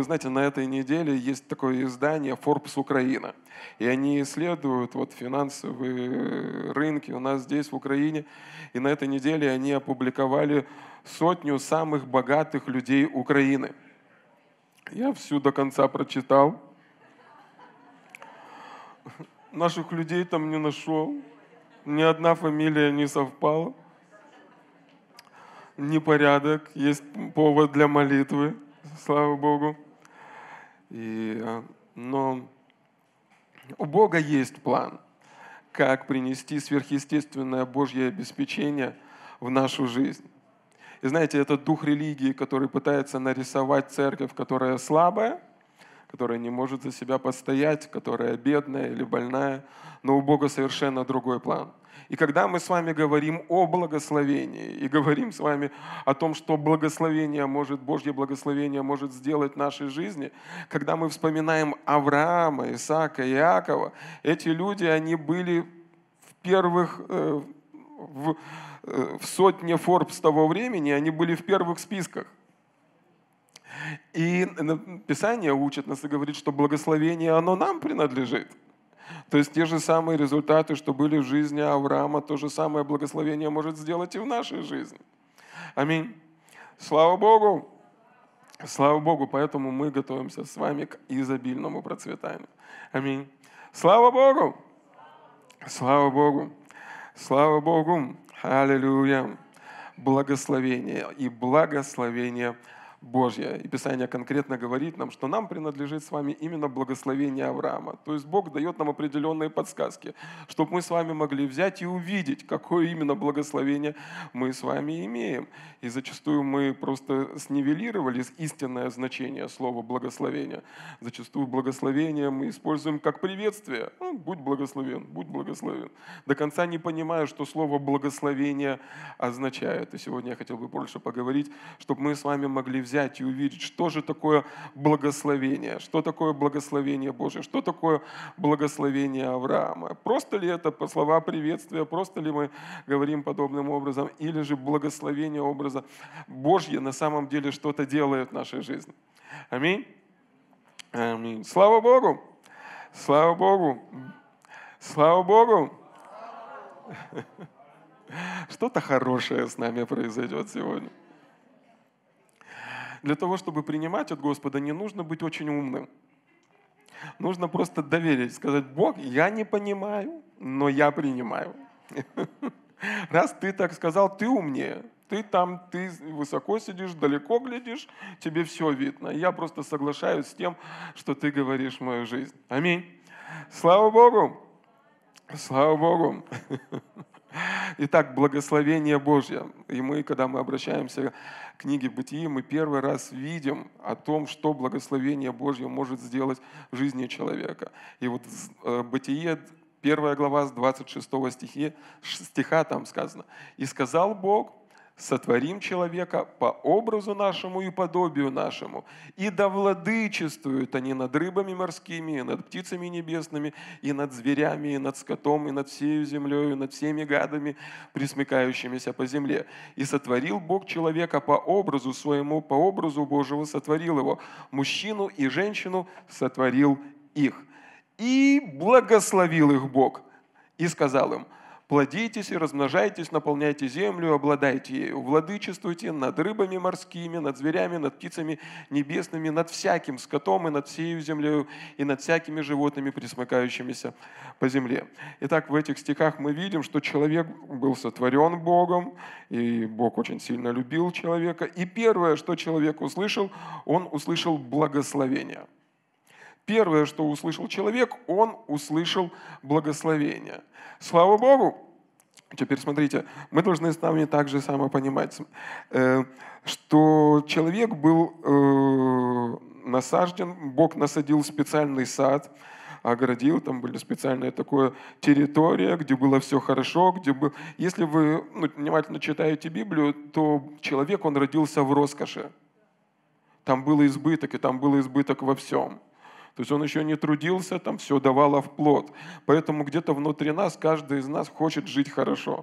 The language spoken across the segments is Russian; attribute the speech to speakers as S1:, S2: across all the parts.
S1: знаете, на этой неделе есть такое издание Forbes Украина. И они исследуют финансовые рынки у нас здесь, в Украине. И на этой неделе они опубликовали 100 самых богатых людей Украины. Я всю до конца прочитал. Наших людей там не нашел. Ни одна фамилия не совпала. Непорядок. Есть повод для молитвы. Слава Богу. Но у Бога есть план, как принести сверхъестественное Божье обеспечение в нашу жизнь. И знаете, это дух религии, который пытается нарисовать церковь, которая слабая, которая не может за себя постоять, которая бедная или больная, но у Бога совершенно другой план. И когда мы с вами говорим о благословении и говорим с вами о том, что Божье благословение может сделать в нашей жизни, когда мы вспоминаем Авраама, Исаака, Иакова, эти люди, они были в сотне Forbes того времени, они были в первых списках. И Писание учит нас и говорит, что благословение, оно нам принадлежит. То есть те же самые результаты, что были в жизни Авраама, то же самое благословение может сделать и в нашей жизни. Аминь. Слава Богу! Слава Богу! Поэтому мы готовимся с вами к изобильному процветанию. Аминь. Слава Богу! Слава Богу! Слава Богу! Аллилуйя! Благословение и благословение Божье. И Писание конкретно говорит нам, что нам принадлежит с вами именно благословение Авраама. То есть Бог дает нам определенные подсказки, чтобы мы с вами могли взять и увидеть, какое именно благословение мы с вами имеем. И зачастую мы просто снивелировали истинное значение слова благословение. Зачастую благословение мы используем как приветствие. Будь благословен, будь благословен. До конца не понимая, что слово благословение означает. И сегодня я хотел бы больше поговорить, чтобы мы с вами могли взять и увидеть, что же такое благословение, что такое благословение Божие, что такое благословение Авраама. Просто ли это слова приветствия, просто ли мы говорим подобным образом, или же благословение образа Божье на самом деле что-то делает в нашей жизни. Аминь. Аминь. Слава Богу! Слава Богу! Слава Богу! Что-то хорошее с нами произойдет сегодня. Для того, чтобы принимать от Господа, не нужно быть очень умным. Нужно просто доверить, сказать: Бог, я не понимаю, но я принимаю. Раз ты так сказал, ты умнее. Ты высоко сидишь, далеко глядишь, тебе все видно. Я просто соглашаюсь с тем, что ты говоришь в мою жизнь. Аминь. Слава Богу! Слава Богу! Итак, благословение Божье. И мы, когда мы обращаемся к книге Бытия, мы первый раз видим о том, что благословение Божье может сделать в жизни человека. И Бытие, 1 глава, с 26 стиха там сказано: «И сказал Бог: сотворим человека по образу нашему и подобию нашему, и да владычествуют они над рыбами морскими, и над птицами небесными, и над зверями, и над скотом, и над всею землей, и над всеми гадами, пресмыкающимися по земле. И сотворил Бог человека по образу своему, по образу Божьему сотворил его, мужчину и женщину сотворил их. И благословил их Бог, и сказал им: плодитесь и размножайтесь, наполняйте землю, обладайте ею, владычествуйте над рыбами морскими, над зверями, над птицами небесными, над всяким скотом и над всею землею, и над всякими животными, пресмыкающимися по земле». Итак, в этих стихах мы видим, что человек был сотворен Богом, и Бог очень сильно любил человека. И первое, что человек услышал, он услышал благословение. Первое, что услышал человек, он услышал благословение. Слава Богу! Теперь смотрите, мы должны с вами так же само понимать, что человек был насажден, Бог насадил специальный сад, огородил, там были специальная такая территория, где было все хорошо, Если вы внимательно читаете Библию, то человек, он родился в роскоши. Там был избыток, и там был избыток во всем. То есть он еще не трудился, там все давало в плод. Поэтому где-то внутри нас, каждый из нас хочет жить хорошо.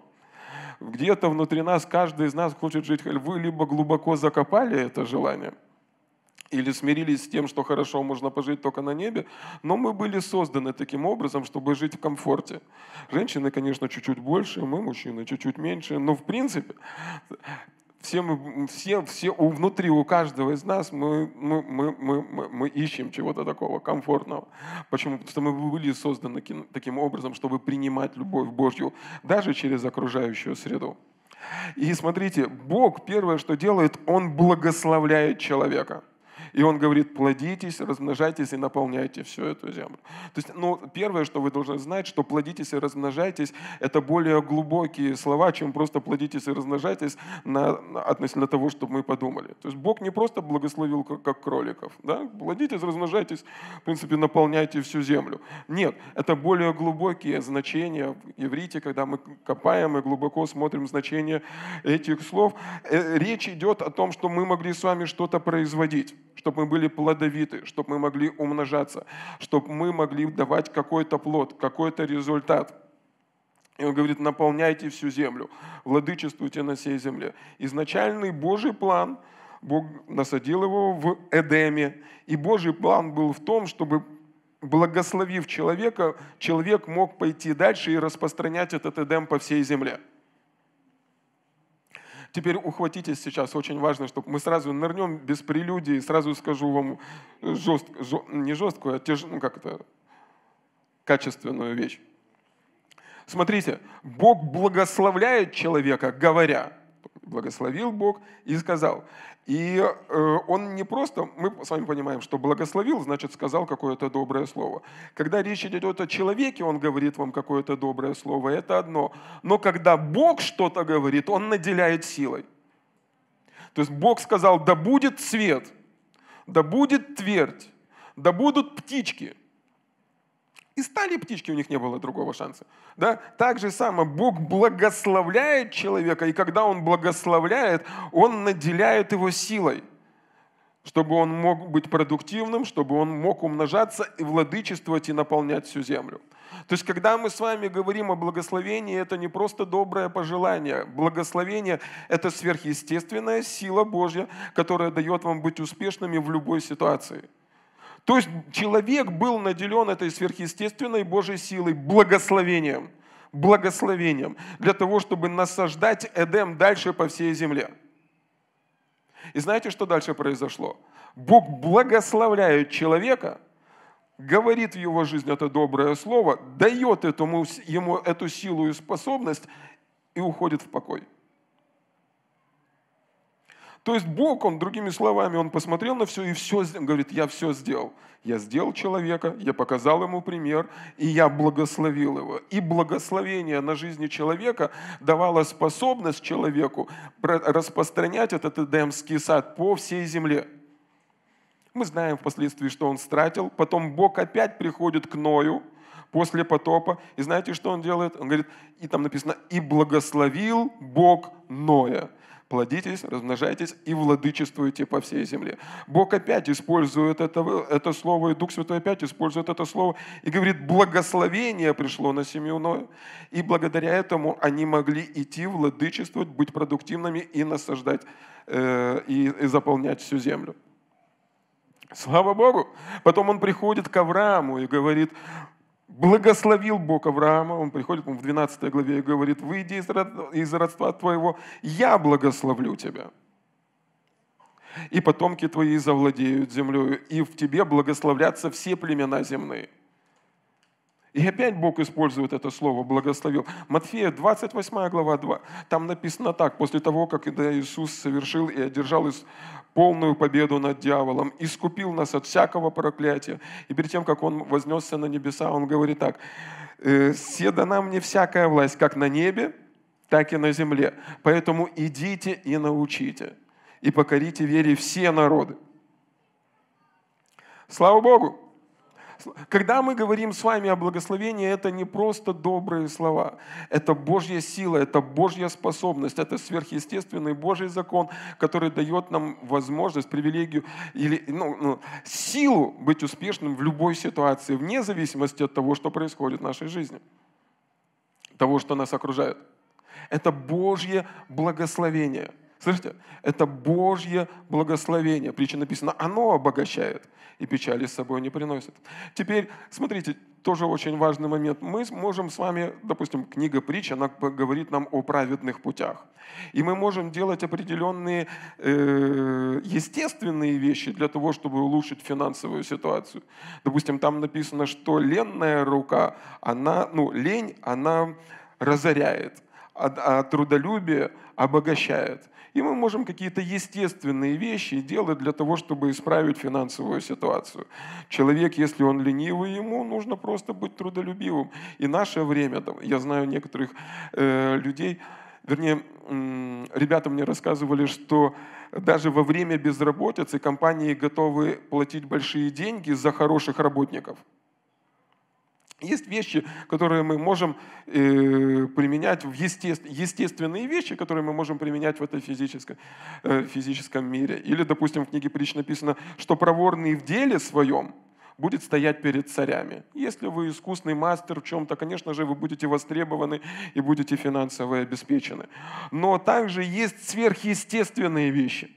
S1: Где-то внутри нас, каждый из нас хочет жить хорошо. Вы либо глубоко закопали это желание, или смирились с тем, что хорошо можно пожить только на небе, но мы были созданы таким образом, чтобы жить в комфорте. Женщины, конечно, чуть-чуть больше, мы, мужчины, чуть-чуть меньше, но в принципе внутри у каждого из нас мы ищем чего-то такого комфортного. Почему? Потому что мы были созданы таким образом, чтобы принимать любовь Божью даже через окружающую среду. И смотрите, Бог первое, что делает, Он благословляет человека. И Он говорит: плодитесь, размножайтесь и наполняйте всю эту землю. То есть, первое, что вы должны знать, что плодитесь и размножайтесь, это более глубокие слова, чем просто плодитесь и размножайтесь относительно того, что мы подумали. То есть Бог не просто благословил, как кроликов. Да? Плодитесь, размножайтесь, в принципе, наполняйте всю землю. Нет, это более глубокие значения. В иврите, когда мы копаем и глубоко смотрим значение этих слов, речь идет о том, что мы могли с вами что-то производить, чтобы мы были плодовиты, чтобы мы могли умножаться, чтобы мы могли давать какой-то плод, какой-то результат. И он говорит: наполняйте всю землю, владычествуйте на всей земле. Изначальный Божий план, Бог насадил его в Эдеме, и Божий план был в том, чтобы, благословив человека, человек мог пойти дальше и распространять этот Эдем по всей земле. Теперь ухватитесь сейчас, очень важно, чтобы мы сразу нырнем без прелюдии, сразу скажу вам не жесткую, а качественную вещь. Смотрите, Бог благословляет человека, говоря. Благословил Бог и сказал. И Он не просто, мы с вами понимаем, что благословил, значит сказал какое-то доброе слово. Когда речь идет о человеке, Он говорит вам какое-то доброе слово, это одно. Но когда Бог что-то говорит, Он наделяет силой. То есть Бог сказал: да будет свет, да будет твердь, да будут птички. И стали птички, у них не было другого шанса. Да? Так же самое, Бог благословляет человека, и когда Он благословляет, Он наделяет его силой, чтобы он мог быть продуктивным, чтобы он мог умножаться и владычествовать и наполнять всю землю. То есть, когда мы с вами говорим о благословении, это не просто доброе пожелание. Благословение – это сверхъестественная сила Божья, которая дает вам быть успешными в любой ситуации. То есть человек был наделен этой сверхъестественной Божьей силой, благословением, для того, чтобы насаждать Эдем дальше по всей земле. И знаете, что дальше произошло? Бог благословляет человека, говорит в его жизнь это доброе слово, дает ему эту силу и способность и уходит в покой. То есть Бог, Он, другими словами, Он посмотрел на все и говорит: я все сделал. Я сделал человека, я показал ему пример, и я благословил его. И благословение на жизни человека давало способность человеку распространять этот Эдемский сад по всей земле. Мы знаем впоследствии, что он стратил. Потом Бог опять приходит к Ною после потопа. И знаете, что он делает? Он говорит, и там написано: «И благословил Бог Ноя». Плодитесь, размножайтесь и владычествуйте по всей земле. Бог опять использует это слово, и Дух Святой опять использует это слово, и говорит: благословение пришло на семью Ноя. И благодаря этому они могли идти, владычествовать, быть продуктивными и насаждать, и заполнять всю землю. Слава Богу! Потом он приходит к Аврааму и говорит: благословил Бог Авраама, он приходит в 12 главе и говорит: выйди из родства твоего, я благословлю тебя. И потомки твои завладеют землей, и в тебе благословлятся все племена земные. И опять Бог использует это слово «благословил». Матфея, 28 глава, 2. Там написано так: после того, как Иисус совершил и одержал полную победу над дьяволом, искупил нас от всякого проклятия. И перед тем, как Он вознесся на небеса, Он говорит так: «Се дана мне всякая власть, как на небе, так и на земле. Поэтому идите и научите, и покорите вере все народы». Слава Богу! Когда мы говорим с вами о благословении, это не просто добрые слова. Это Божья сила, это Божья способность, это сверхъестественный Божий закон, который дает нам возможность, привилегию, или силу быть успешным в любой ситуации, вне зависимости от того, что происходит в нашей жизни, того, что нас окружает. Это Божье благословение. Слышите? Это Божье благословение. Притча написано, оно обогащает и печали с собой не приносит. Теперь, смотрите, тоже очень важный момент. Мы можем с вами, допустим, книга притч, она говорит нам о праведных путях. И мы можем делать определенные естественные вещи для того, чтобы улучшить финансовую ситуацию. Допустим, там написано, что ленная рука, лень, она разоряет, а трудолюбие обогащает. И мы можем какие-то естественные вещи делать для того, чтобы исправить финансовую ситуацию. Человек, если он ленивый, ему нужно просто быть трудолюбивым. И наше время, я знаю некоторых людей, вернее, ребята мне рассказывали, что даже во время безработицы компании готовы платить большие деньги за хороших работников. Есть вещи, которые мы можем применять в естественные вещи, которые мы можем применять в этом физическом мире. Или, допустим, в книге притч написано, что проворный в деле своем будет стоять перед царями. Если вы искусный мастер в чем-то, конечно же, вы будете востребованы и будете финансово обеспечены. Но также есть сверхъестественные вещи.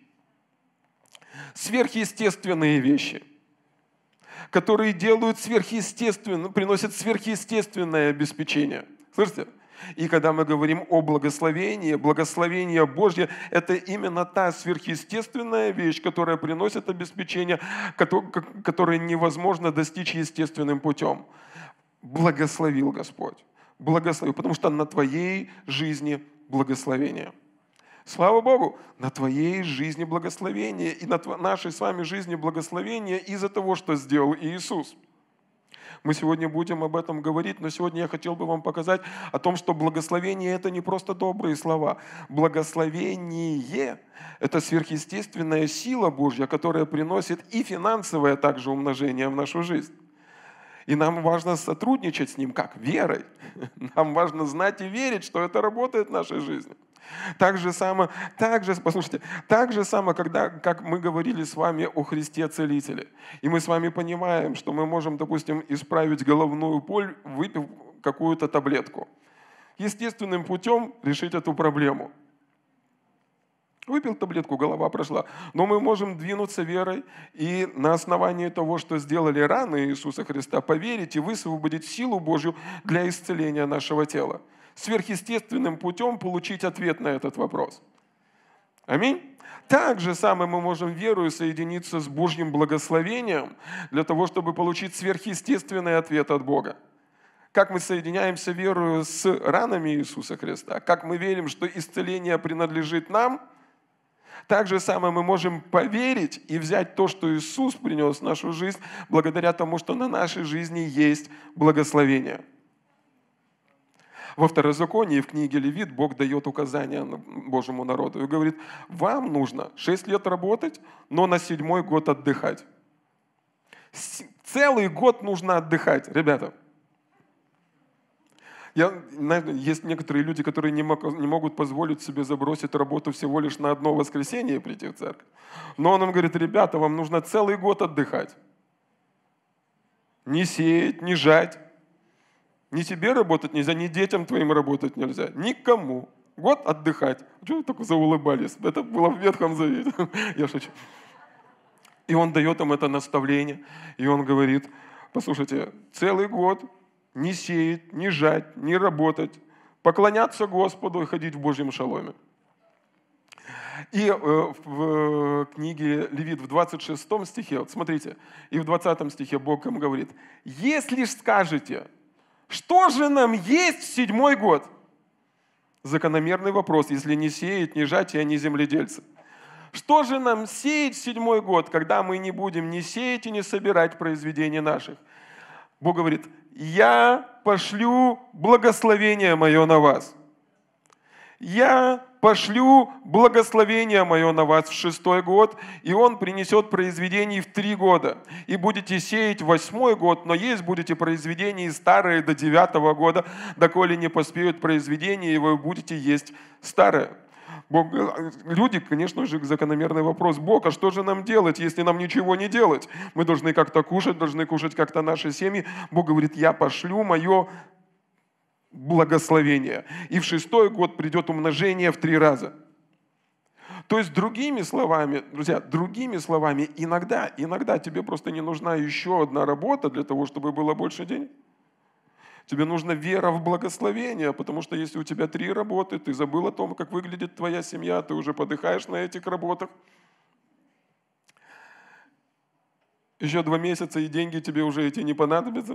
S1: Сверхъестественные вещи, которые делают приносят сверхъестественное обеспечение. Слышите? И когда мы говорим о благословении, благословение Божье – это именно та сверхъестественная вещь, которая приносит обеспечение, которое невозможно достичь естественным путем. Благословил Господь. Благословил, потому что на твоей жизни благословение. Слава Богу, на твоей жизни благословение и на нашей с вами жизни благословение из-за того, что сделал Иисус. Мы сегодня будем об этом говорить, но сегодня я хотел бы вам показать о том, что благословение – это не просто добрые слова. Благословение – это сверхъестественная сила Божья, которая приносит и финансовое также умножение в нашу жизнь. И нам важно сотрудничать с Ним, как? Верой. Нам важно знать и верить, что это работает в нашей жизни. Так же само, как мы говорили с вами о Христе-Целителе. И мы с вами понимаем, что мы можем, допустим, исправить головную боль, выпив какую-то таблетку. Естественным путем решить эту проблему. Выпил таблетку, голова прошла. Но мы можем двинуться верой и на основании того, что сделали раны Иисуса Христа, поверить и высвободить силу Божью для исцеления нашего тела. Сверхъестественным путем получить ответ на этот вопрос. Аминь. Так же самое мы можем верою соединиться с Божьим благословением для того, чтобы получить сверхъестественный ответ от Бога. Как мы соединяемся верою с ранами Иисуса Христа, как мы верим, что исцеление принадлежит нам, так же самое мы можем поверить и взять то, что Иисус принес в нашу жизнь, благодаря тому, что на нашей жизни есть благословение. Во Второзаконии, в книге Левит, Бог дает указания Божьему народу и говорит, вам нужно 6 лет работать, но на 7-й год отдыхать. Целый год нужно отдыхать, ребята. Есть некоторые люди, которые не могут позволить себе забросить работу всего лишь на одно воскресенье и прийти в церковь. Но он им говорит, ребята, вам нужно целый год отдыхать. Не сеять, не жать. Ни тебе работать нельзя, ни детям твоим работать нельзя. Никому. Год отдыхать. Чего вы так заулыбались? Это было в Ветхом Завете. Я шучу. И он дает им это наставление. И он говорит, послушайте, целый год не сеять, не жать, не работать, поклоняться Господу и ходить в Божьем шаломе. И в книге Левит в 26 стихе, вот смотрите, и в 20 стихе Бог им говорит, если скажете, что же нам есть в 7-й год? Закономерный вопрос, если не сеять, не жать, и они земледельцы. Что же нам сеять в 7-й год, когда мы не будем ни сеять и не собирать произведения наших? Бог говорит, я пошлю благословение мое на вас. Я пошлю благословение мое на вас в 6-й год, и он принесет произведений в 3 года. И будете сеять в 8-й год, но есть будете произведения старые до 9-го года, доколе не поспеют произведения, и вы будете есть старое. Бог, люди, конечно же, закономерный вопрос. Бог, а что же нам делать, если нам ничего не делать? Мы должны как-то кушать, должны кушать как-то наши семьи. Бог говорит, я пошлю мое благословение. И в 6-й год придет умножение в 3 раза. То есть, другими словами, друзья, другими словами, иногда тебе просто не нужна еще одна работа для того, чтобы было больше денег. Тебе нужна вера в благословение, потому что если у тебя 3 работы, ты забыл о том, как выглядит твоя семья, ты уже подыхаешь на этих работах. Еще 2 месяца, и деньги тебе уже эти не понадобятся.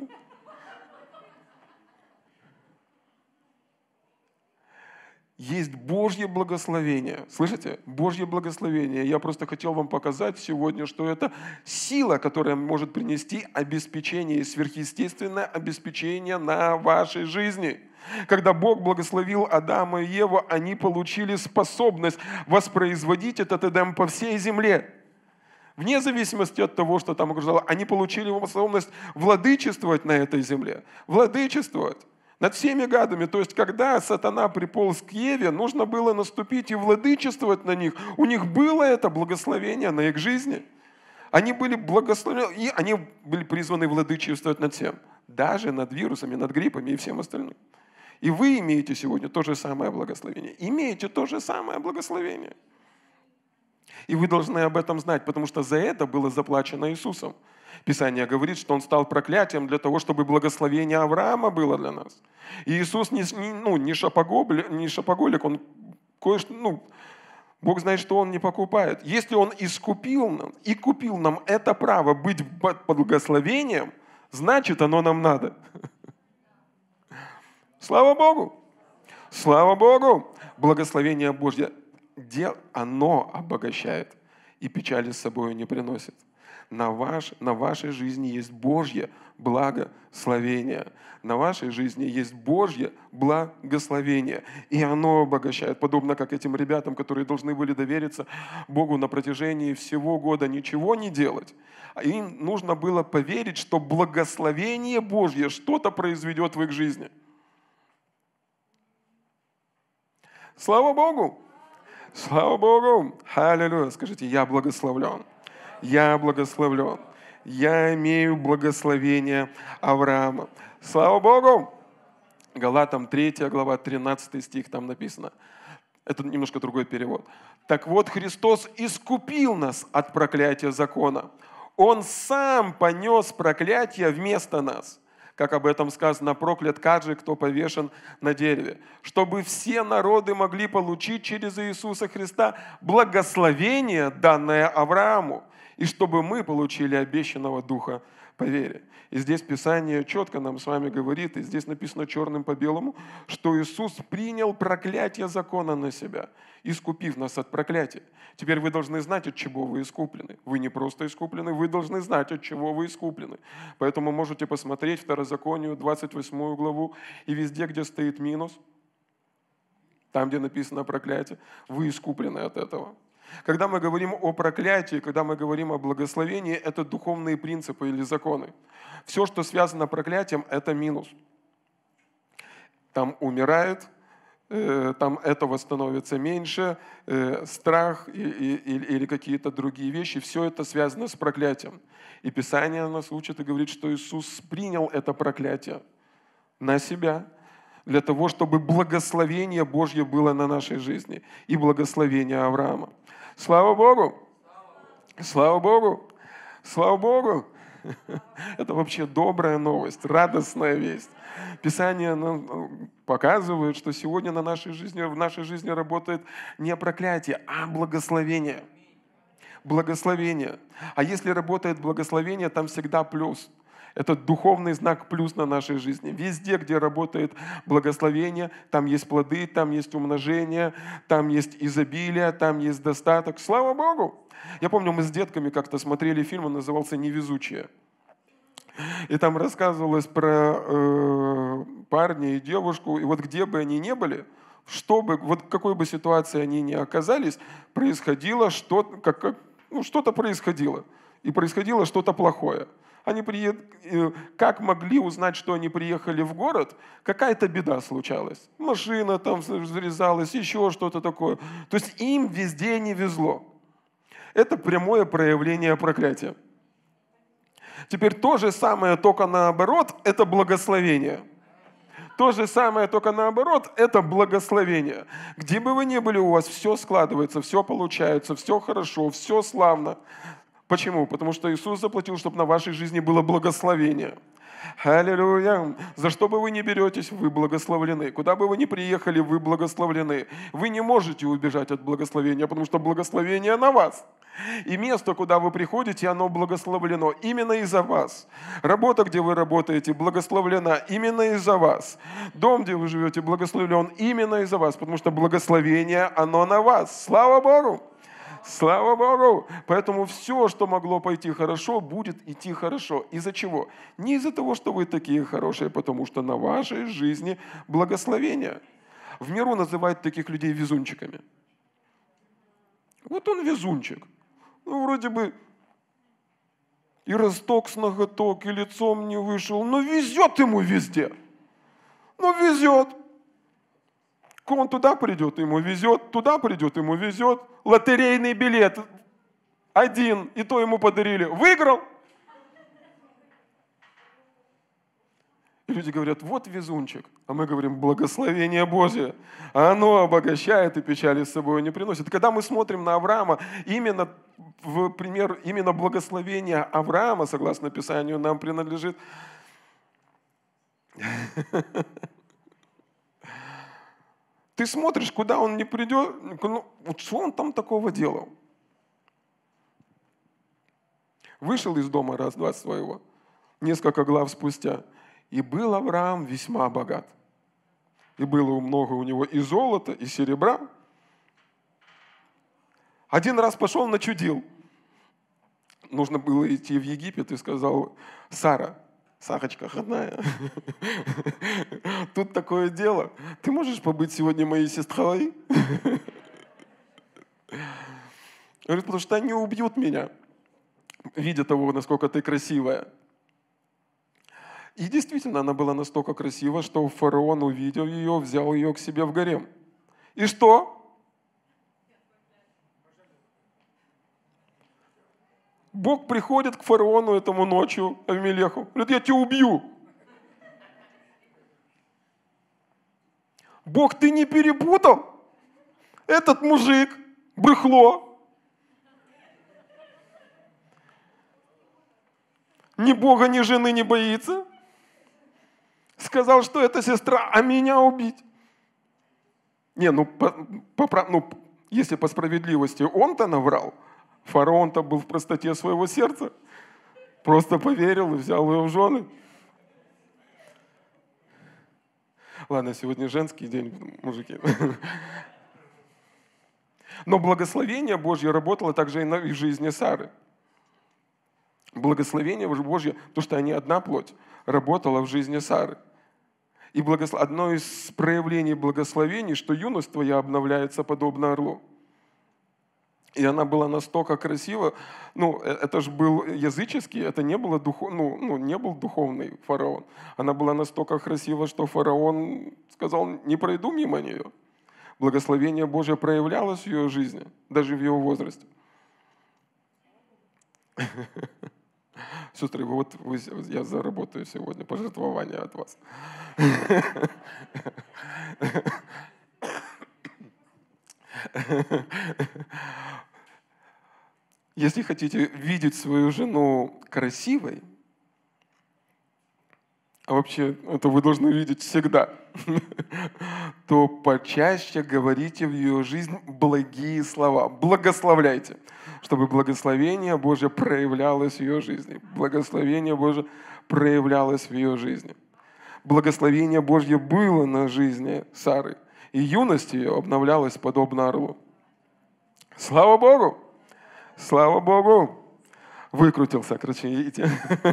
S1: Есть Божье благословение. Слышите? Божье благословение. Я просто хотел вам показать сегодня, что это сила, которая может принести обеспечение и сверхъестественное обеспечение на вашей жизни. Когда Бог благословил Адама и Еву, они получили способность воспроизводить этот Эдем по всей земле. Вне зависимости от того, что там окружало, они получили способность владычествовать на этой земле. Владычествовать над всеми гадами. То есть, когда сатана приполз к Еве, нужно было наступить и владычествовать на них. У них было это благословение на их жизни. Они были благословены, и они были призваны владычествовать над всем. Даже над вирусами, над гриппами и всем остальным. И вы имеете сегодня то же самое благословение. Имеете то же самое благословение. И вы должны об этом знать, потому что за это было заплачено Иисусом. Писание говорит, что Он стал проклятием для того, чтобы благословение Авраама было для нас. И Иисус не шопоголик, Он кое-что, Бог знает, что Он не покупает. Если Он искупил нам и купил нам это право быть под благословением, значит, оно нам надо. Слава Богу! Слава Богу! Благословение Божье. Оно обогащает и печали с собой не приносит. На вашей жизни есть Божье благословение. На вашей жизни есть Божье благословение. И оно обогащает. Подобно как этим ребятам, которые должны были довериться Богу на протяжении всего года, ничего не делать. Им нужно было поверить, что благословение Божье что-то произведет в их жизни. Слава Богу! Слава Богу! Аллилуйя! Скажите, я благословлен. Я благословлен. Я имею благословение Авраама. Слава Богу! Галатам 3 глава, 13 стих, там написано. Это немножко другой перевод. Так вот, Христос искупил нас от проклятия закона. Он сам понес проклятие вместо нас. Как об этом сказано, проклят каждый, кто повешен на дереве, чтобы все народы могли получить через Иисуса Христа благословение, данное Аврааму, и чтобы мы получили обещанного Духа по вере. И здесь Писание четко нам с вами говорит, и здесь написано черным по белому, что Иисус принял проклятие закона на себя, искупив нас от проклятия. Теперь вы должны знать, от чего вы искуплены. Вы не просто искуплены, вы должны знать, от чего вы искуплены. Поэтому можете посмотреть Второзаконию, 28 главу, и везде, где стоит минус, там, где написано проклятие, вы искуплены от этого. Когда мы говорим о проклятии, когда мы говорим о благословении, это духовные принципы или законы. Все, что связано с проклятием, это минус. Там умирает, там этого становится меньше, страх или какие-то другие вещи. Все это связано с проклятием. И Писание нас учит и говорит, что Иисус принял это проклятие на себя, для того, чтобы благословение Божье было на нашей жизни и благословение Авраама. Слава Богу! Слава Богу! Слава Богу! Это вообще добрая новость, радостная весть. Писание нам показывает, что сегодня в нашей жизни работает не проклятие, а благословение. Благословение. А если работает благословение, там всегда плюс. Это духовный знак плюс на нашей жизни. Везде, где работает благословение, там есть плоды, там есть умножение, там есть изобилие, там есть достаток. Слава Богу! Я помню, мы с детками как-то смотрели фильм, он назывался «Невезучие». И там рассказывалось про парня и девушку, и вот где бы они ни были, вот в какой бы ситуации они ни оказались, происходило что-то происходило. И происходило что-то плохое. Как могли узнать, что они приехали в город? Какая-то беда случалась. Машина там врезалась, еще что-то такое. То есть им везде не везло. Это прямое проявление проклятия. Теперь то же самое, только наоборот, это благословение. То же самое, только наоборот, это благословение. Где бы вы ни были, у вас все складывается, все получается, все хорошо, все славно. Почему? Потому что Иисус заплатил, чтобы на вашей жизни было благословение. Аллилуйя! За что бы вы ни беретесь, вы благословлены. Куда бы вы ни приехали, вы благословлены. Вы не можете убежать от благословения, потому что благословение на вас. И место, куда вы приходите, оно благословлено именно из-за вас. Работа, где вы работаете, благословлена именно из-за вас. Дом, где вы живете, благословлен именно из-за вас, потому что благословение, оно на вас. Слава Богу! Слава Богу! Поэтому все, что могло пойти хорошо, будет идти хорошо. Из-за чего? Не из-за того, что вы такие хорошие, потому что на вашей жизни благословение. В миру называют таких людей везунчиками. Вот он везунчик. Ну, вроде бы и росток с ноготок, и лицом не вышел, но везет ему везде. Ну, везет. Он туда придет, ему везет, туда придет, ему везет. Лотерейный билет один, и то ему подарили. Выиграл. И люди говорят, вот везунчик. А мы говорим, благословение Божие. Оно обогащает и печали с собой не приносит. Когда мы смотрим на Авраама, именно в пример, именно благословение Авраама, согласно Писанию, нам принадлежит. Ты смотришь, куда он не придет, ну, вот что он там такого делал? Вышел из дома раз-два своего, несколько глав спустя, и был Авраам весьма богат. И было много у него и золота, и серебра. Один раз пошел, начудил. Нужно было идти в Египет и сказал, Сарочка родная, тут такое дело. Ты можешь побыть сегодня моей сестрой? Говорит, потому что они убьют меня, видя того, насколько ты красивая. И действительно, она была настолько красива, что фараон, увидев ее, взял ее к себе в гарем. И что? Бог приходит к фараону этому ночью, Авимелеху, говорит, я тебя убью. Бог, ты не перепутал? Этот мужик, брехло, ни Бога, ни жены не боится. Сказал, что это сестра, а меня убить. Не, если по справедливости он-то наврал, фараон-то был в простоте своего сердца. Просто поверил и взял ее в жены. Ладно, сегодня женский день, мужики. Но благословение Божье работало также и в жизни Сары. Благословение Божье, то, что они одна плоть, работало в жизни Сары. И одно из проявлений благословений, что юность твоя обновляется подобно орлу. И она была настолько красива, это же был языческий, это не было не был духовный фараон. Она была настолько красива, что фараон сказал, не пройду мимо нее. Благословение Божье проявлялось в ее жизни, даже в ее возрасте. Сестры, я заработаю сегодня пожертвование от вас. Если хотите видеть свою жену красивой, а вообще это вы должны видеть всегда, то почаще говорите в ее жизнь благие слова. Благословляйте, чтобы благословение Божье проявлялось в ее жизни. Благословение Божье проявлялось в ее жизни. Благословение Божье было на жизни Сары, и юность ее обновлялась подобно орлу. Слава Богу! Слава Богу! Выкрутился, видите?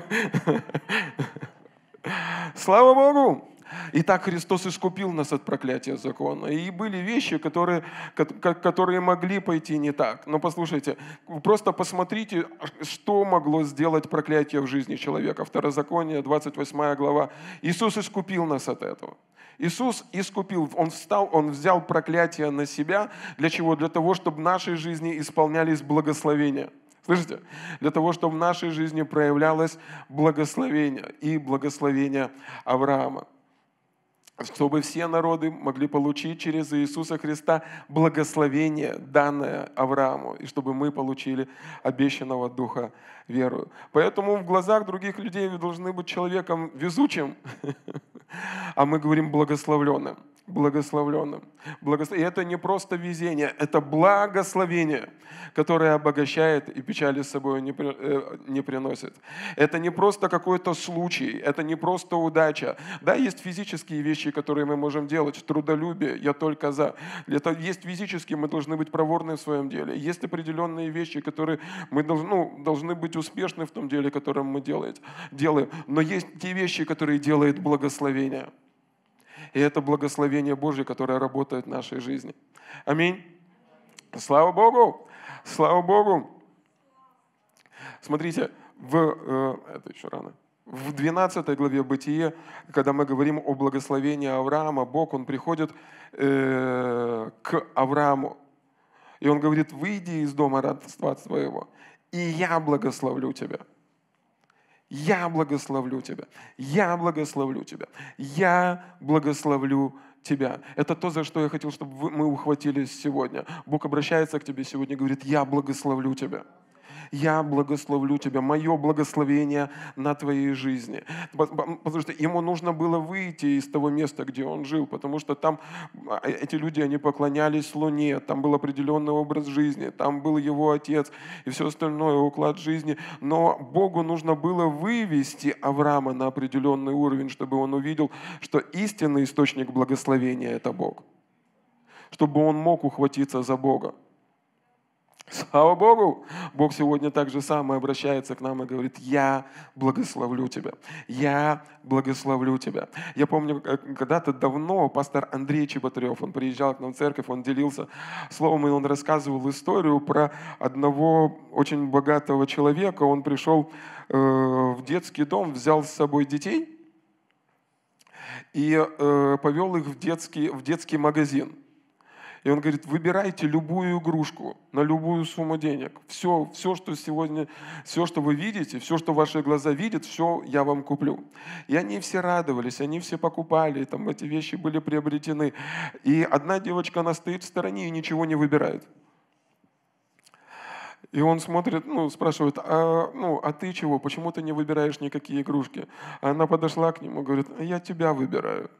S1: Слава Богу! Итак, Христос искупил нас от проклятия закона. И были вещи, которые могли пойти не так. Но послушайте, просто посмотрите, что могло сделать проклятие в жизни человека. Второзаконие, 28 глава. Иисус искупил нас от этого. Иисус искупил, Он встал, Он взял проклятие на себя. Для чего? Для того, чтобы в нашей жизни исполнялись благословения. Слышите? Для того, чтобы в нашей жизни проявлялось благословение и благословение Авраама. чтобы все народы могли получить через Иисуса Христа благословение, данное Аврааму, и чтобы мы получили обещанного Духа верою. Поэтому в глазах других людей вы должны быть человеком везучим, а мы говорим благословленным. Благословленным. И это не просто везение, это благословение, которое обогащает и печали с собой не приносит. Это не просто какой-то случай, это не просто удача. Да, есть физические вещи, которые мы можем делать, трудолюбие, я только за. Это есть физически, мы должны быть проворны в своем деле. Есть определенные вещи, которые мы должны быть успешны в том деле, которым мы делаем. Но есть те вещи, которые делает благословение. И это благословение Божье, которое работает в нашей жизни. Аминь. Слава Богу! Слава Богу! Смотрите, это еще рано. В 12 главе Бытие, когда мы говорим о благословении Авраама, Бог, Он приходит к Аврааму. И Он говорит: выйди из дома родства твоего, и я благословлю тебя. Я благословлю тебя. Я благословлю тебя. Я благословлю тебя. Это то, за что я хотел, чтобы мы ухватились сегодня. Бог обращается к тебе сегодня и говорит: я благословлю тебя. Я благословлю тебя, мое благословение на твоей жизни. Потому что ему нужно было выйти из того места, где он жил, потому что там эти люди, они поклонялись Луне, там был определенный образ жизни, там был его отец и все остальное, уклад жизни. Но Богу нужно было вывести Авраама на определенный уровень, чтобы он увидел, что истинный источник благословения – это Бог. Чтобы он мог ухватиться за Бога. Слава Богу! Бог сегодня так же самое обращается к нам и говорит: я благословлю тебя. Я благословлю тебя. Я помню, когда-то давно пастор Андрей Чеботарев, он приезжал к нам в церковь, он делился словом, и он рассказывал историю про одного очень богатого человека. Он пришел в детский дом, взял с собой детей и повел их в детский магазин. И он говорит: выбирайте любую игрушку на любую сумму денег. Все, что сегодня, все, что вы видите, все, что ваши глаза видят, все я вам куплю. И они все радовались, они все покупали, там эти вещи были приобретены. И одна девочка, она стоит в стороне и ничего не выбирает. И он смотрит, спрашивает: а ты чего, почему ты не выбираешь никакие игрушки? Она подошла к нему и говорит: я тебя выбираю.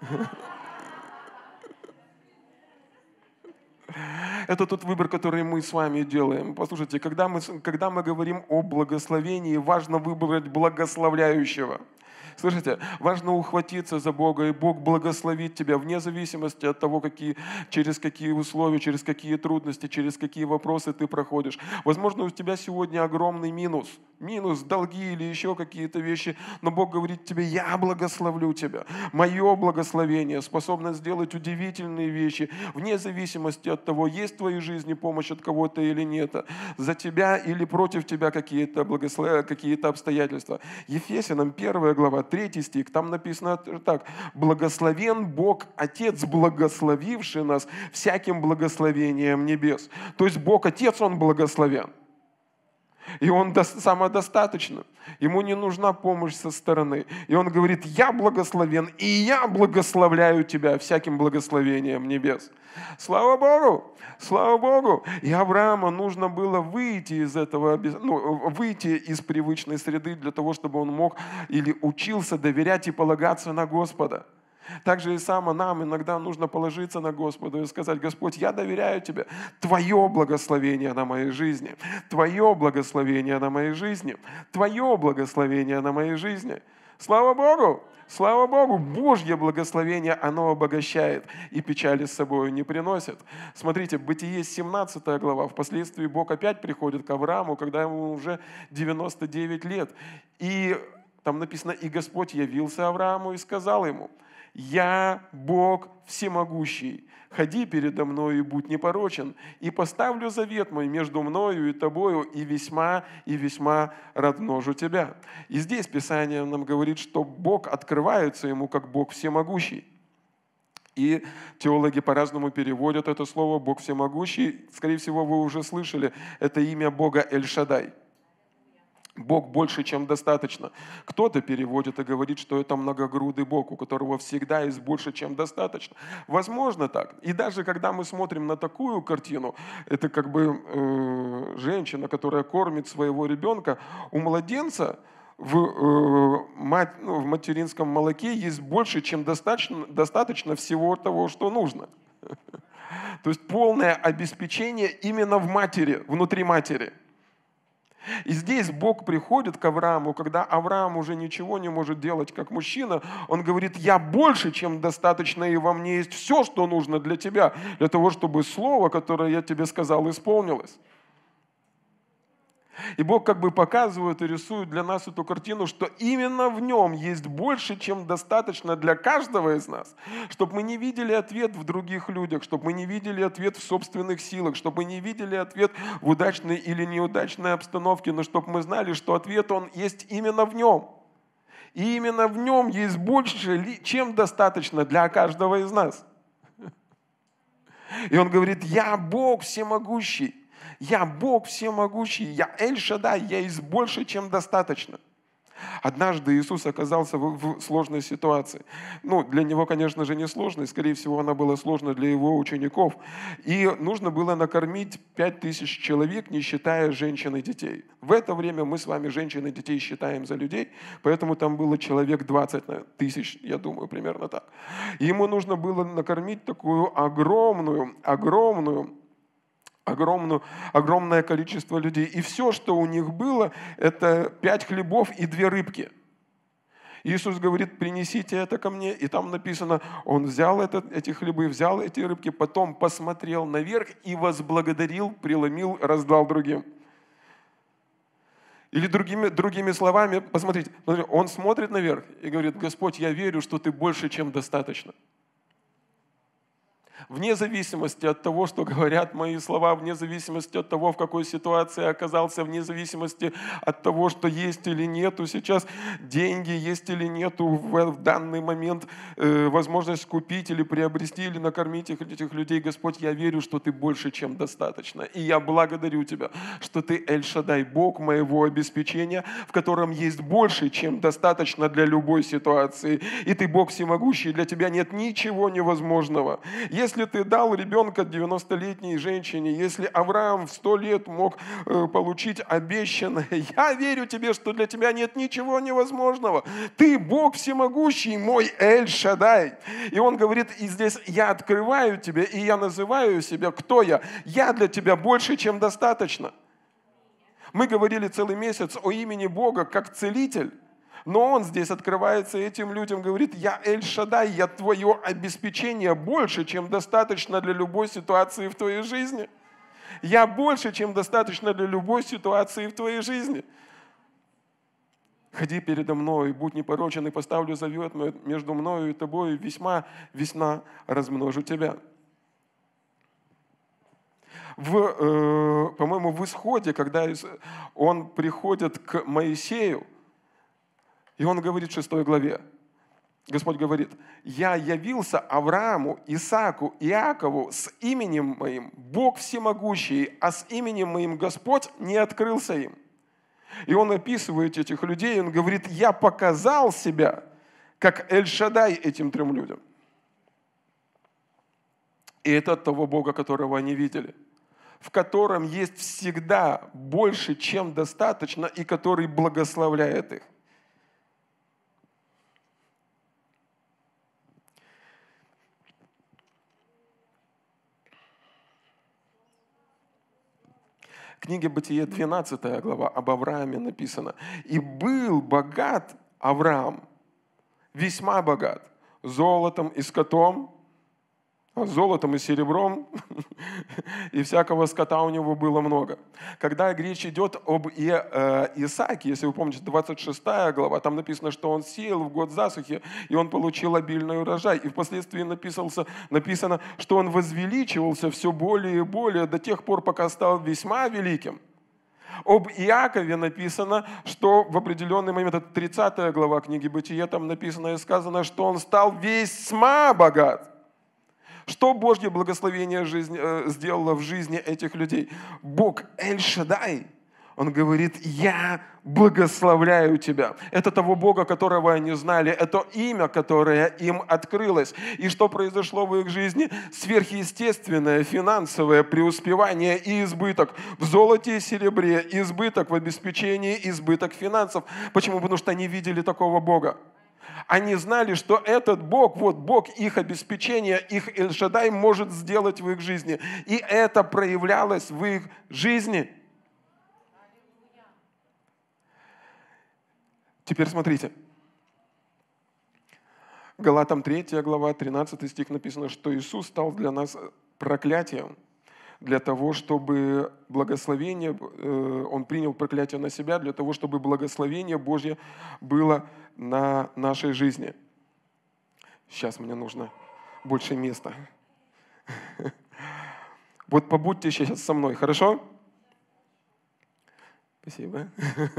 S1: Это тот выбор, который мы с вами делаем. Послушайте, когда мы говорим о благословении, важно выбрать благословляющего. Слышите, важно ухватиться за Бога, и Бог благословит тебя вне зависимости от того, через какие условия, через какие трудности, через какие вопросы ты проходишь. Возможно, у тебя сегодня огромный минус, долги или еще какие-то вещи, но Бог говорит тебе: я благословлю тебя. Мое благословение способно сделать удивительные вещи вне зависимости от того, есть в твоей жизни помощь от кого-то или нет, за тебя или против тебя какие-то обстоятельства. Ефесянам 1 глава, 3 стих, там написано так: «Благословен Бог, Отец, благословивший нас всяким благословением небес». То есть Бог Отец, Он благословен. И Он самодостаточен. Ему не нужна помощь со стороны. И Он говорит: я благословен, и я благословляю тебя всяким благословением небес. Слава Богу! Слава Богу! И Аврааму нужно было выйти из привычной среды для того, чтобы он мог или учился доверять и полагаться на Господа. Также и нам иногда нужно положиться на Господа и сказать: Господь, я доверяю Тебе. Твое благословение на моей жизни. Твое благословение на моей жизни. Твое благословение на моей жизни. Слава Богу! Слава Богу! Божье благословение, оно обогащает и печали с собой не приносит. Смотрите, Бытие 17 глава. Впоследствии Бог опять приходит к Аврааму, когда ему уже 99 лет. И там написано: «И Господь явился Аврааму и сказал ему: я Бог всемогущий, ходи передо мною и будь непорочен, и поставлю завет мой между мною и тобою, и весьма размножу тебя». И здесь Писание нам говорит, что Бог открывается ему как Бог всемогущий. И теологи по-разному переводят это слово «Бог всемогущий». Скорее всего, вы уже слышали, это имя Бога Эль-Шаддай. Бог больше, чем достаточно. Кто-то переводит и говорит, что это многогрудый Бог, у которого всегда есть больше, чем достаточно. Возможно так. И даже когда мы смотрим на такую картину, это как бы женщина, которая кормит своего ребенка, у младенца в материнском молоке есть больше, чем достаточно всего того, что нужно. То есть полное обеспечение именно в матери, внутри матери. И здесь Бог приходит к Аврааму, когда Авраам уже ничего не может делать как мужчина, он говорит: я больше, чем достаточно, и во мне есть все, что нужно для тебя, для того, чтобы слово, которое я тебе сказал, исполнилось. И Бог как бы показывает и рисует для нас эту картину, что именно в нем есть больше, чем достаточно для каждого из нас, чтобы мы не видели ответ в других людях, чтобы мы не видели ответ в собственных силах, чтобы мы не видели ответ в удачной или неудачной обстановке, но чтобы мы знали, что ответ он есть именно в нем. И именно в нем есть больше, чем достаточно для каждого из нас. И он говорит: я Бог всемогущий. Я Бог всемогущий, я Эль-Шадай, я есть больше, чем достаточно. Однажды Иисус оказался в сложной ситуации. Для него, конечно же, не сложной, скорее всего, она была сложной для его учеников. И нужно было накормить 5000 человек, не считая женщин и детей. В это время мы с вами женщин и детей считаем за людей, поэтому там было человек 20 тысяч, я думаю, примерно так. И ему нужно было накормить такую огромное количество людей. И все, что у них было, это 5 хлебов и 2 рыбки. Иисус говорит: принесите это ко мне. И там написано, он взял эти хлебы, взял эти рыбки, потом посмотрел наверх и возблагодарил, преломил, раздал другим. Или другими словами, посмотрите, он смотрит наверх и говорит: Господь, я верю, что ты больше, чем достаточно. Вне зависимости от того, что говорят мои слова, вне зависимости от того, в какой ситуации я оказался, вне зависимости от того, что есть или нету сейчас деньги, есть или нету в данный момент возможность купить или приобрести, или накормить этих людей. Господь, я верю, что ты больше, чем достаточно. И я благодарю тебя, что ты Эль-Шадай, Бог моего обеспечения, в котором есть больше, чем достаточно для любой ситуации. И ты Бог всемогущий, для тебя нет ничего невозможного. Если ты дал ребенка 90-летней женщине, если Авраам в 100 лет мог получить обещанное, я верю тебе, что для тебя нет ничего невозможного. Ты Бог всемогущий, мой Эль-Шадай. И он говорит, и здесь я открываю тебе, и я называю себя, кто я. Я для тебя больше, чем достаточно. Мы говорили целый месяц о имени Бога как целитель. Но он здесь открывается этим людям, говорит: я Эль-Шадай, я твое обеспечение больше, чем достаточно для любой ситуации в твоей жизни. Я больше, чем достаточно для любой ситуации в твоей жизни. Ходи передо мной, будь непорочен, и поставлю завет между мною и тобой, весьма размножу тебя. По-моему, в Исходе, когда он приходит к Моисею, и он говорит в 6 главе, Господь говорит: «Я явился Аврааму, Исааку, Иакову с именем моим, Бог всемогущий, а с именем моим Господь не открылся им». И он описывает этих людей, он говорит: «Я показал себя, как Эль-Шадай этим 3 людям». И это от того Бога, которого они видели, в котором есть всегда больше, чем достаточно, и который благословляет их. В книге Бытие 12 глава об Аврааме написано: «И был богат Авраам, весьма богат, золотом и скотом, золотом и серебром, и всякого скота у него было много». Когда речь идет об Исааке, если вы помните, 26 глава, там написано, что он сеял в год засухи, и он получил обильный урожай. И впоследствии написано, что он возвеличивался все более и более до тех пор, пока стал весьма великим. Об Иакове написано, что в определенный момент, это 30 глава книги Бытия, там написано и сказано, что он стал весьма богат. Что Божье благословение сделало в жизни этих людей? Бог Эль-Шадай, Он говорит, я благословляю тебя. Это того Бога, которого они знали, это имя, которое им открылось. И что произошло в их жизни? Сверхъестественное финансовое преуспевание и избыток в золоте и серебре, избыток в обеспечении, избыток финансов. Почему? Потому что они видели такого Бога. Они знали, что этот Бог, вот Бог их обеспечения, их Эль-Шадай может сделать в их жизни. И это проявлялось в их жизни. Теперь смотрите. Галатам 3 глава, 13 стих написано, что Иисус стал для нас проклятием, для того, чтобы благословение, Он принял проклятие на себя, для того, чтобы благословение Божье было на нашей жизни. Сейчас мне нужно больше места. Вот побудьте сейчас со мной, хорошо? Спасибо.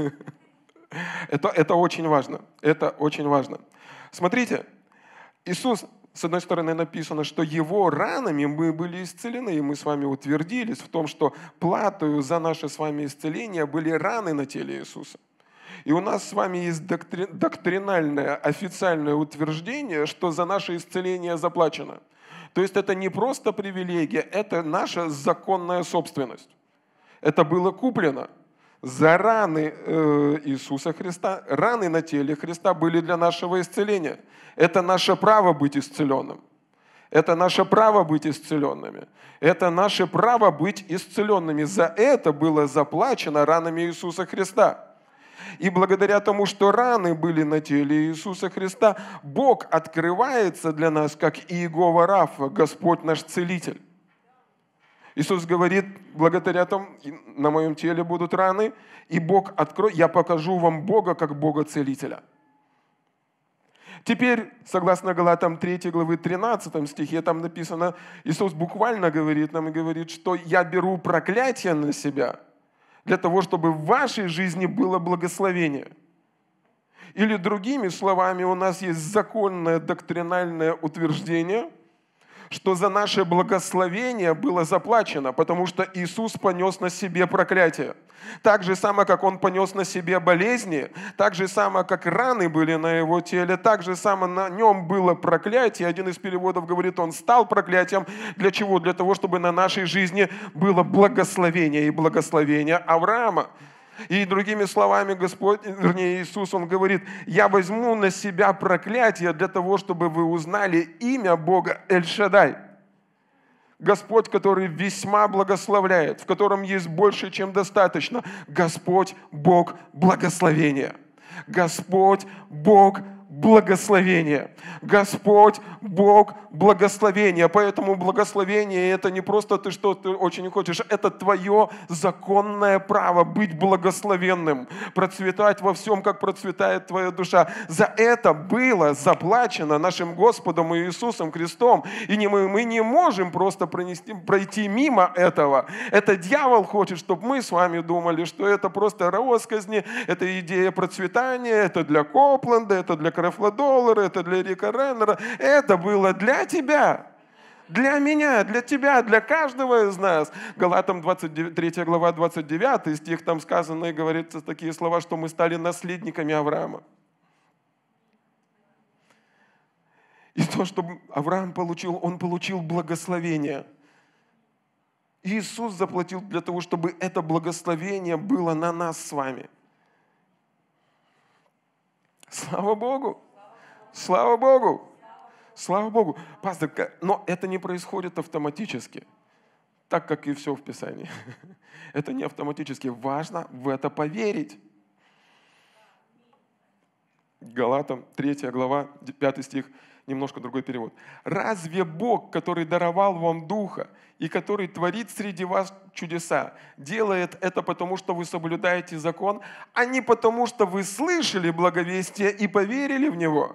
S1: Это очень важно. Это очень важно. Смотрите, Иисус, с одной стороны, написано, что Его ранами мы были исцелены, и мы с вами утвердились в том, что платою за наше с вами исцеление были раны на теле Иисуса. И у нас с вами есть доктринальное, официальное утверждение, что за наше исцеление заплачено. То есть это не просто привилегия, это наша законная собственность. Это было куплено. За раны Иисуса Христа, раны на теле Христа были для нашего исцеления. Это наше право быть исцеленным. Это наше право быть исцеленными. Это наше право быть исцеленными. За это было заплачено ранами Иисуса Христа. И благодаря тому, что раны были на теле Иисуса Христа, Бог открывается для нас, как Иегова Рафа, Господь наш Целитель. Иисус говорит, благодаря тому, на моем теле будут раны, и Бог откроет, я покажу вам Бога, как Бога-целителя. Теперь, согласно Галатам 3 главы 13 стихе, там написано, Иисус буквально говорит нам и говорит, что я беру проклятие на себя для того, чтобы в вашей жизни было благословение. Или другими словами, у нас есть законное доктринальное утверждение, что за наше благословение было заплачено, потому что Иисус понес на себе проклятие. Так же само, как Он понес на себе болезни, так же само, как раны были на Его теле, так же само на Нем было проклятие. Один из переводов говорит, Он стал проклятием. Для чего? Для того, чтобы на нашей жизни было благословение и благословение Авраама. И другими словами, Господь, вернее Иисус, Он говорит, я возьму на себя проклятие для того, чтобы вы узнали имя Бога Эль-Шадай. Господь, который весьма благословляет, в котором есть больше, чем достаточно. Господь, Бог благословения. Господь, Бог благословения. Господь, Бог благословения. Поэтому благословение – это не просто ты что-то очень хочешь, это твое законное право быть благословенным, процветать во всем, как процветает твоя душа. За это было заплачено нашим Господом Иисусом Христом. И мы не можем просто пройти мимо этого. Это дьявол хочет, чтобы мы с вами думали, что это просто россказни, это идея процветания, это для Копленда, это для Крефла-Доллара, это для Рика Реннера. Это было для тебя, для меня, для тебя, для каждого из нас. Галатам 3 глава 29 стих, там сказано и говорится такие слова, что мы стали наследниками Авраама. И то, что Авраам получил, он получил благословение. Иисус заплатил для того, чтобы это благословение было на нас с вами. Слава Богу! Слава Богу! Слава Богу! Пастор, но это не происходит автоматически, так как и все в Писании. Это не автоматически. Важно в это поверить. Галатам 3 глава, 5 стих, немножко другой перевод. «Разве Бог, который даровал вам Духа и который творит среди вас чудеса, делает это потому, что вы соблюдаете закон, а не потому, что вы слышали благовестие и поверили в него?»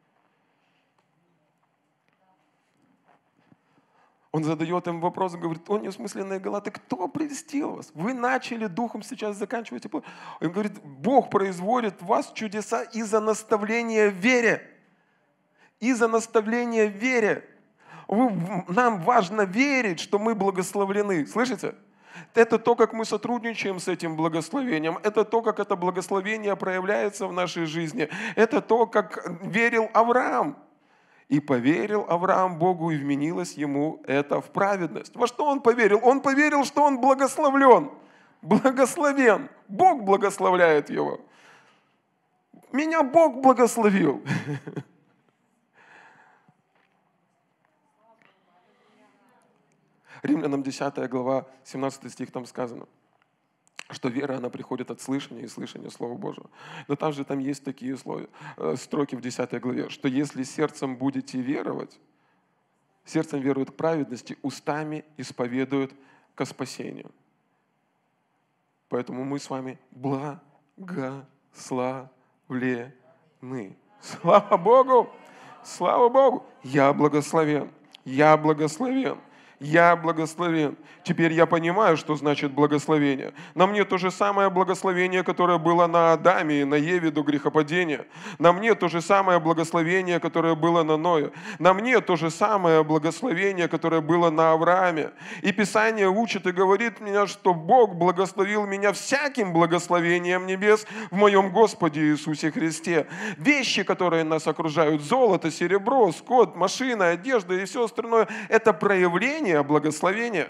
S1: Он задает им вопрос, говорит, о неосмысленные галаты, кто прельстил вас? Вы начали духом, сейчас заканчиваете. Он говорит, Бог производит в вас чудеса из-за наставления в вере. Из-за наставления в вере. Нам важно верить, что мы благословлены. Слышите? Это то, как мы сотрудничаем с этим благословением. Это то, как это благословение проявляется в нашей жизни. Это то, как верил Авраам. И поверил Авраам Богу, и вменилось ему это в праведность. Во что он поверил? Он поверил, что он благословлен, благословен. Бог благословляет его. Меня Бог благословил. Римлянам 10 глава, 17 стих там сказано, что вера, она приходит от слышания и слышания Слова Божьего. Но там есть такие строки в 10 главе, что если сердцем будете веровать, сердцем веруют к праведности, устами исповедуют ко спасению. Поэтому мы с вами благословлены. Слава Богу! Слава Богу! Я благословен. Я благословен. Я благословен. Теперь я понимаю, что значит благословение. На мне то же самое благословение, которое было на Адаме и на Еве до грехопадения. На мне то же самое благословение, которое было на Ное. На мне то же самое благословение, которое было на Аврааме. И Писание учит и говорит мне, что Бог благословил меня всяким благословением небес в моем Господе Иисусе Христе. Вещи, которые нас окружают, золото, серебро, скот, машина, одежда и все остальное, это проявление благословения.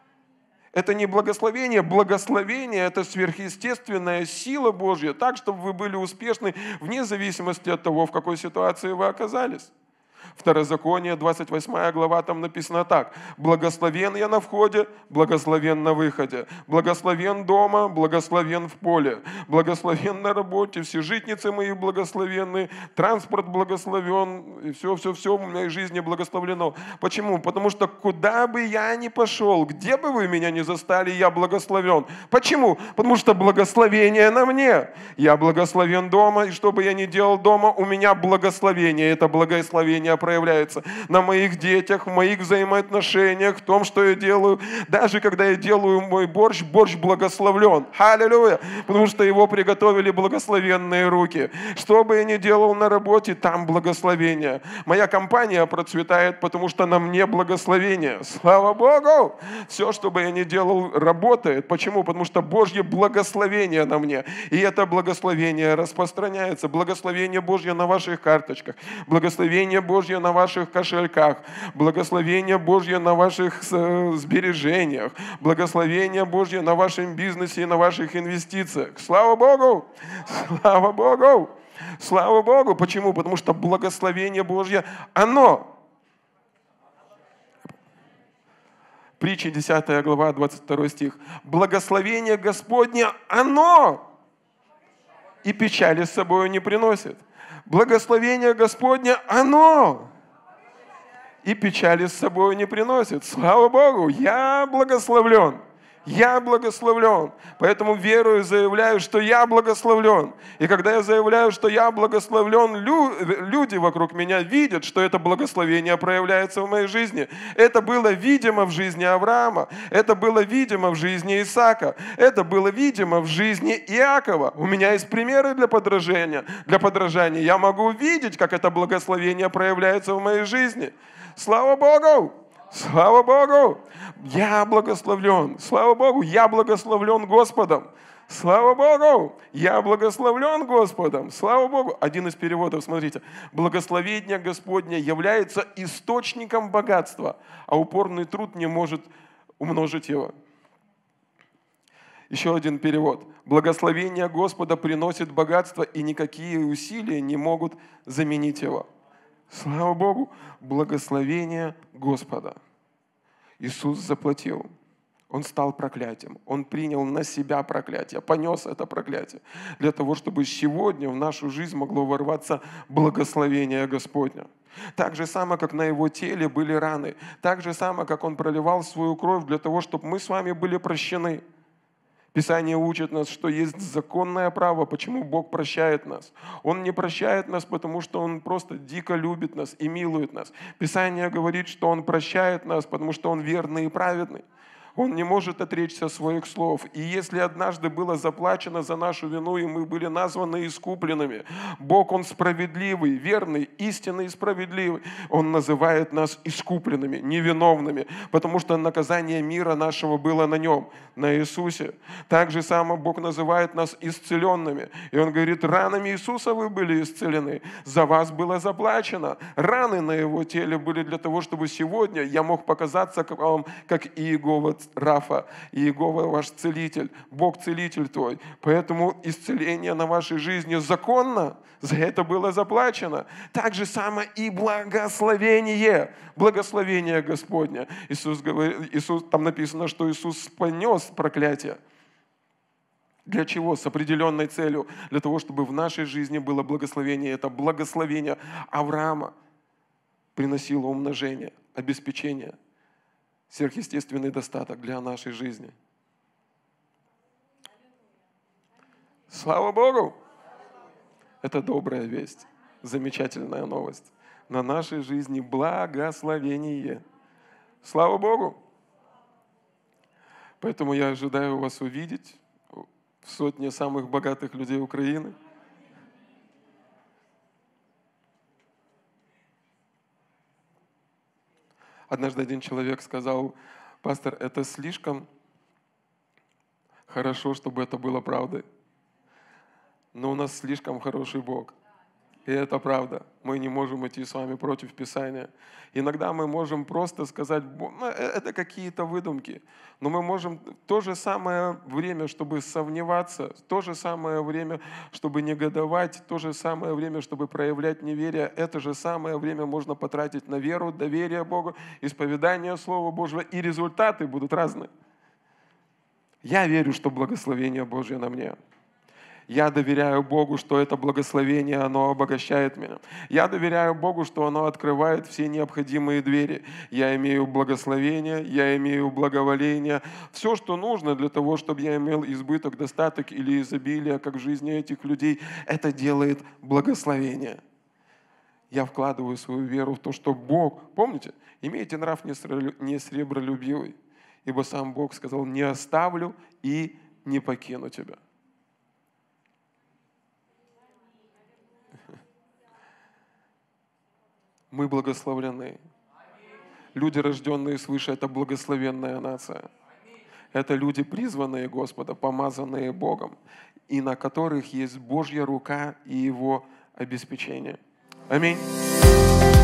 S1: Это не благословение, благословение – это сверхъестественная сила Божья, так, чтобы вы были успешны вне зависимости от того, в какой ситуации вы оказались. Второзаконие, 28 глава, там написано так. «Благословен я на входе, благословен на выходе. Благословен дома, благословен в поле. Благословен на работе, все житницы мои благословенны, транспорт благословен, и все в моей жизни благословлено». Почему? Потому что куда бы я ни пошел, где бы вы меня ни застали, я благословен. Почему? Потому что благословение на мне. Я благословен дома, и что бы я ни делал дома, у меня благословение. Это благословение проявляется на моих детях, в моих взаимоотношениях, в том, что я делаю. Даже когда я делаю мой борщ, борщ благословлен. Аллилуйя! Потому что его приготовили благословенные руки. Что бы я ни делал на работе, там благословение. Моя компания процветает, потому что на мне благословение. Слава Богу! Все, что бы я ни делал, работает. Почему? Потому что Божье благословение на мне. И это благословение распространяется. Благословение Божье на ваших карточках. Благословение Божье на ваших кошельках, благословение Божье на ваших сбережениях, благословение Божье на вашем бизнесе и на ваших инвестициях. Слава Богу! Слава Богу! Слава Богу! Почему? Потому что благословение Божье, оно. Притча 10 глава, 22 стих. Благословение Господне, оно и печали с собой не приносит. Благословение Господне, оно и печали с собой не приносит. Слава Богу, я благословлен. Я благословлен. Поэтому верую, заявляю, что я благословлен. И когда я заявляю, что я благословлен, люди вокруг меня видят, что это благословение проявляется в моей жизни. Это было видимо в жизни Авраама. Это было видимо в жизни Исаака. Это было видимо в жизни Иакова. У меня есть примеры для подражания. Я могу видеть, как это благословение проявляется в моей жизни. Слава Богу! Слава Богу! Я благословлен. Слава Богу, я благословлен Господом. Слава Богу, я благословлен Господом. Слава Богу. Один из переводов, смотрите. Благословение Господне является источником богатства, а упорный труд не может умножить его. Еще один перевод. Благословение Господа приносит богатство, и никакие усилия не могут заменить его. Слава Богу, благословение Господа. Иисус заплатил. Он стал проклятием. Он принял на себя проклятие, понес это проклятие. Для того, чтобы сегодня в нашу жизнь могло ворваться благословение Господня. Так же само, как на его теле были раны. Так же само, как он проливал свою кровь для того, чтобы мы с вами были прощены. Писание учит нас, что есть законное право, почему Бог прощает нас. Он не прощает нас, потому что Он просто дико любит нас и милует нас. Писание говорит, что Он прощает нас, потому что Он верный и праведный. Он не может отречься своих слов. И если однажды было заплачено за нашу вину, и мы были названы искупленными, Бог, Он справедливый, верный, истинный и справедливый. Он называет нас искупленными, невиновными, потому что наказание мира нашего было на Нем, на Иисусе. Так же само Бог называет нас исцеленными. И Он говорит, ранами Иисуса вы были исцелены, за вас было заплачено. Раны на Его теле были для того, чтобы сегодня я мог показаться к вам, как Иегова Рафа, Иегова ваш целитель, Бог целитель твой. Поэтому исцеление на вашей жизни законно, за это было заплачено. Так же само и благословение Господня. Иисус, там написано, что Иисус понес проклятие. Для чего? С определенной целью. Для того, чтобы в нашей жизни было благословение. Это благословение Авраама приносило умножение, обеспечение, сверхъестественный достаток для нашей жизни. Слава Богу! Это добрая весть, замечательная новость. На нашей жизни благословение. Слава Богу! Поэтому я ожидаю вас увидеть в сотне самых богатых людей Украины. Однажды один человек сказал, пастор, это слишком хорошо, чтобы это было правдой. Но у нас слишком хороший Бог. И это правда. Мы не можем идти с вами против Писания. Иногда мы можем просто сказать, это какие-то выдумки. Но мы можем в то же самое время, чтобы сомневаться, в то же самое время, чтобы негодовать, в то же самое время, чтобы проявлять неверие, это же самое время можно потратить на веру, доверие Богу, исповедание Слова Божьего, и результаты будут разные. Я верю, что благословение Божье на мне. Я доверяю Богу, что это благословение, оно обогащает меня. Я доверяю Богу, что оно открывает все необходимые двери. Я имею благословение, я имею благоволение. Все, что нужно для того, чтобы я имел избыток, достаток или изобилие, как в жизни этих людей, это делает благословение. Я вкладываю свою веру в то, что Бог, помните, имейте нрав не сребролюбивый, ибо сам Бог сказал, не оставлю и не покину тебя. Мы благословлены. Люди, рожденные свыше, это благословенная нация. Это люди, призванные Господа, помазанные Богом, и на которых есть Божья рука и Его обеспечение. Аминь.